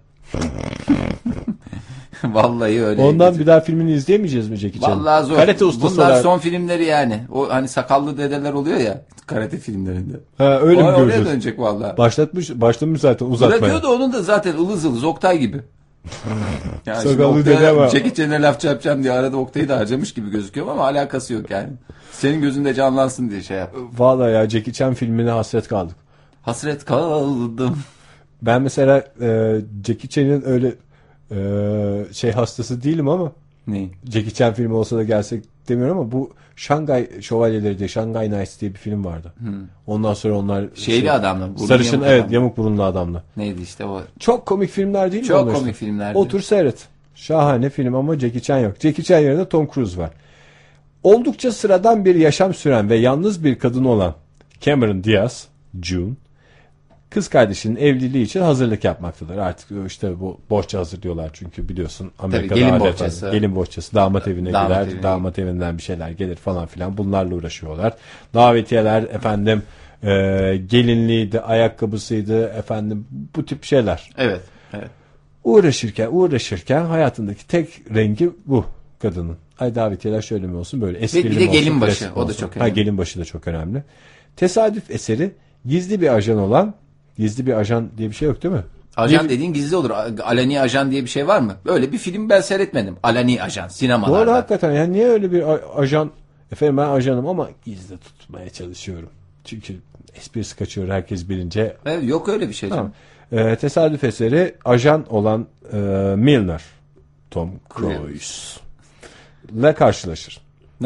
Vallahi öyle. Ondan bir daha filmini izleyemeyeceğiz mi Jackie Chan'ın? Vallahi zor. Karate ustası Bunlar olarak. son filmleri yani. O hani sakallı dedeler oluyor ya karate filmlerinde. Ha, öyle mi Oraya göreceğiz? dönecek vallahi. Başlamış zaten uzatmaya. Bırakıyor da onun da zaten ılız ılız Oktay gibi. Yani şimdi Sakallı Oktay'a dede var. Jackie Chan'e laf yapacağım diye arada Oktay'ı da harcamış gibi gözüküyor ama alakası yok yani. Senin gözünde canlansın diye şey yap. Vallahi ya, Jackie Chan filmine hasret kaldık. Hasret kaldım. Ben mesela Jackie Chan'ın öyle hastası değilim ama Ne? Jackie Chan filmi olsa da gelsek demiyorum ama bu Şangay Şövalyeleri diye, Shanghai Nights diye bir film vardı. Ondan sonra onlar Şeyli adamla. burun sarışın, yamuk evet, adam. yamuk burunlu adamla. Neydi işte o. Çok komik filmler değil mi? Çok onlar komik işte? filmlerdi. Otur seyret. Şahane film ama Jackie Chan yok. Jackie Chan yerine Tom Cruise var. Oldukça sıradan bir yaşam süren ve yalnız bir kadın olan Cameron Diaz, June, kız kardeşinin evliliği için hazırlık yapmaktadır. Artık işte bu bohça hazırlıyorlar çünkü biliyorsun Amerika'da gelin adet var. bohçası. Gelin bohçası, damat evine gider, damat evinden bir şeyler gelir falan filan, bunlarla uğraşıyorlar. Davetiyeler efendim, gelinliğiydi, ayakkabısıydı efendim, bu tip şeyler. Evet. Uğraşırken hayatındaki tek rengi bu kadının. Ay davetiyeler şöyle mi olsun, böyle esprili mi olsun. Bir de gelin başı, klasik o da olsun. çok önemli. Gelin başı da çok önemli. Tesadüf eseri gizli bir ajan olan, gizli bir ajan diye bir şey yok değil mi? Ajan dediğin gizli olur. Alani ajan diye bir şey var mı? Böyle bir film ben seyretmedim. Alani ajan sinemalarda. Doğru, hakikaten. Yani niye öyle bir ajan, efendim ben ajanım ama gizli tutmaya çalışıyorum. Çünkü esprisi kaçıyor herkes bilince. Evet, yok öyle bir şey canım. Tamam. Tesadüf eseri ajan olan Milner, Tom Cruise ile karşılaşır.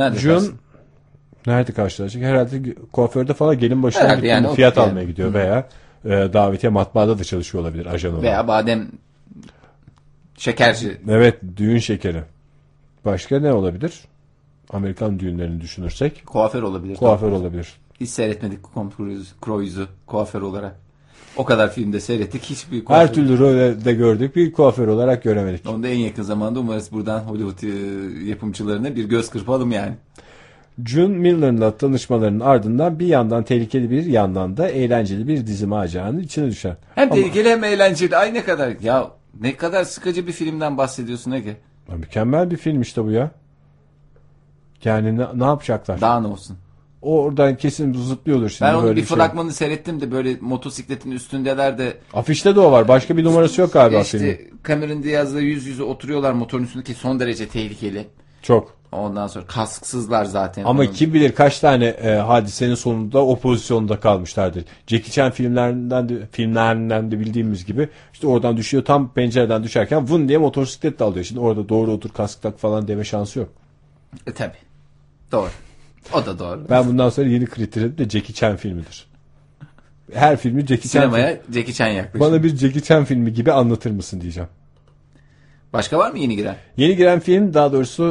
Nerede karşılaşacak? Herhalde kuaförde falan, gelin başına Herhalde gidiyor, yani fiyat yani. almaya gidiyor veya davetiye matbaada da çalışıyor olabilir ajan olarak. Veya badem şekerci. Evet, düğün şekeri. Başka ne olabilir? Amerikan düğünlerini düşünürsek. Kuaför olabilir. Kuaför olabilir. Hiç seyretmedik Tom Cruise'u kuaför olarak. O kadar filmde seyrettik. Hiçbir kuaför. Her türlü rolde gördük. Bir kuaför olarak göremedik. Onu da en yakın zamanda umarız buradan Hollywood yapımcılarına bir göz kırpalım yani. June Milner'la tanışmalarının ardından bir yandan tehlikeli, bir yandan da eğlenceli bir dizi maceranın içine düşer. Hem tehlikeli hem eğlenceli. Ay ne kadar. Ya ne kadar sıkıcı bir filmden bahsediyorsun Ege. Mükemmel bir film işte bu ya. Yani ne yapacaklar? Daha ne olsun. O oradan kesin zıplıyordur şimdi. Ben onun böyle bir fragmanını seyrettim de böyle motosikletin üstündeler de. Afişte de o var. Başka bir numarası yok galiba filmin. İşte Cameron Diaz'la yüz yüze oturuyorlar motorun üstündeki, son derece tehlikeli. Çok. Ondan sonra kasksızlar zaten. Ama kim bilir kaç tane hadisenin sonunda o pozisyonda kalmışlardır. Jackie Chan filmlerinden de bildiğimiz gibi işte oradan düşüyor, tam pencereden düşerken vın diye motosiklet de alıyor. Şimdi orada doğru otur kask tak falan deme şansı yok. Tabii. Doğru. O da doğru. Ben bundan sonra yeni kriterim de Jackie Chan filmidir. Her filmi Jackie Chan. Sinemaya Jackie Chan yaklaşıyor. Bana bir Jackie Chan filmi gibi anlatır mısın diyeceğim. Başka var mı yeni giren? Yeni giren film, daha doğrusu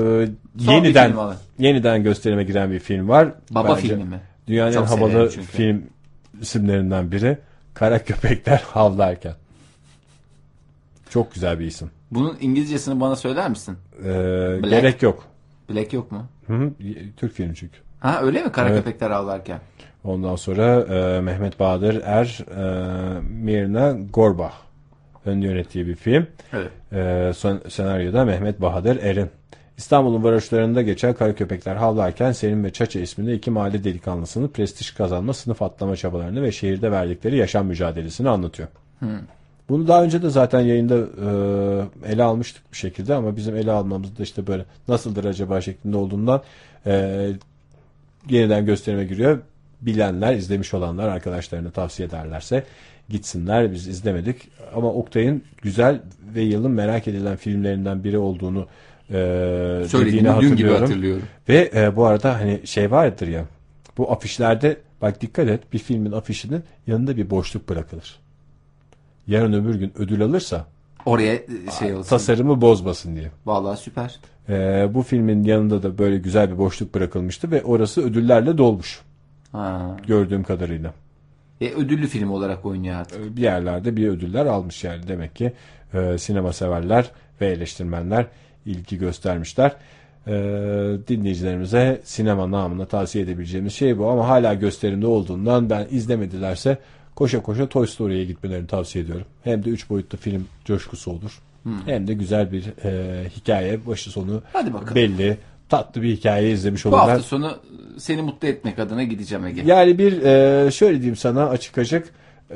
yeniden gösterime giren bir film var. Baba bence filmi mi? Dünyanın en havalı film isimlerinden biri. Kara Köpekler Havlarken. Çok güzel bir isim. Bunun İngilizcesini bana söyler misin? Gerek yok. Black yok mu? Hı-hı. Türk filmi çünkü. Ha öyle mi? Kara Köpekler Avlarken. Ondan sonra Mehmet Bahadır Mirna Gorbach yönettiği bir film. Evet. Senaryoda Mehmet Bahadır Er'in. İstanbul'un varoşlarında geçen Kara Köpekler Havlarken Selim ve Çaça isminde iki mahalle delikanlısının prestij kazanma, sınıf atlama çabalarını ve şehirde verdikleri yaşam mücadelesini anlatıyor. Bunu daha önce de zaten yayında ele almıştık bir şekilde ama bizim ele almamız da işte böyle nasıldır acaba şeklinde olduğundan yeniden gösterime giriyor. Bilenler, izlemiş olanlar arkadaşlarına tavsiye ederlerse gitsinler. Biz izlemedik ama Oktay'ın güzel ve yılın merak edilen filmlerinden biri olduğunu dediğini hatırlıyorum. Ve bu arada hani şey vardır ya, bu afişlerde bak dikkat et, bir filmin afişinin yanında bir boşluk bırakılır. Yarın öbür gün ödül alırsa oraya şey olsun, tasarımı bozmasın diye. Vallahi süper. Bu filmin yanında da böyle güzel bir boşluk bırakılmıştı ve orası ödüllerle dolmuş. Gördüğüm kadarıyla. Ödüllü film olarak oynuyor artık. Bir yerlerde bir ödüller almış yani. Demek ki sinema severler ve eleştirmenler ilgi göstermişler. Dinleyicilerimize sinema namına tavsiye edebileceğimiz şey bu. Ama hala gösterimde olduğundan ben izlemedilerse koşa koşa Toy Story'ye gitmelerini tavsiye ediyorum. Hem de 3 boyutlu film coşkusu olur. Hem de güzel bir hikaye, başı sonu belli, tatlı bir hikaye izlemiş olurlar. Bu hafta sonu seni mutlu etmek adına gideceğim Ege. Yani bir şöyle diyeyim sana açık açık,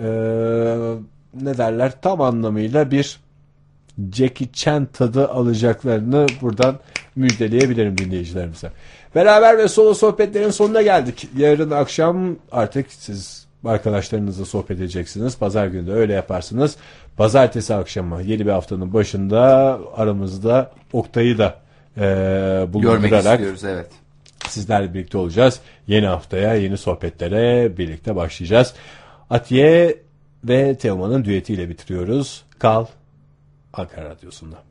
ne derler, tam anlamıyla bir Jackie Chan tadı alacaklarını buradan müjdeleyebilirim dinleyicilerimize. Beraber ve solo sohbetlerin sonuna geldik. Yarın akşam artık siz arkadaşlarınızla sohbet edeceksiniz. Pazar günü de öyle yaparsınız. Pazartesi akşamı yeni bir haftanın başında aramızda Oktay'ı da Görmek bulundurarak istiyoruz, evet. sizlerle birlikte olacağız. Yeni haftaya yeni sohbetlere birlikte başlayacağız. Atiye ve Teoman'ın düetiyle bitiriyoruz. Kal Ankara Radyosu'nda.